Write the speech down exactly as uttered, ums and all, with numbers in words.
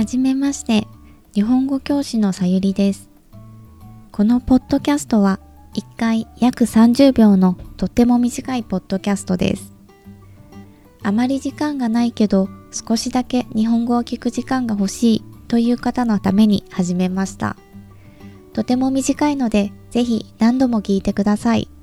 じめまして、日本語教師のさゆりです。このポッドキャストはいっかい約さんじゅうびょうのとっても短いポッドキャストです。あまり時間がないけど少しだけ日本語を聞く時間が欲しいという方のために始めました。とても短いのでぜひ何度も聞いてください。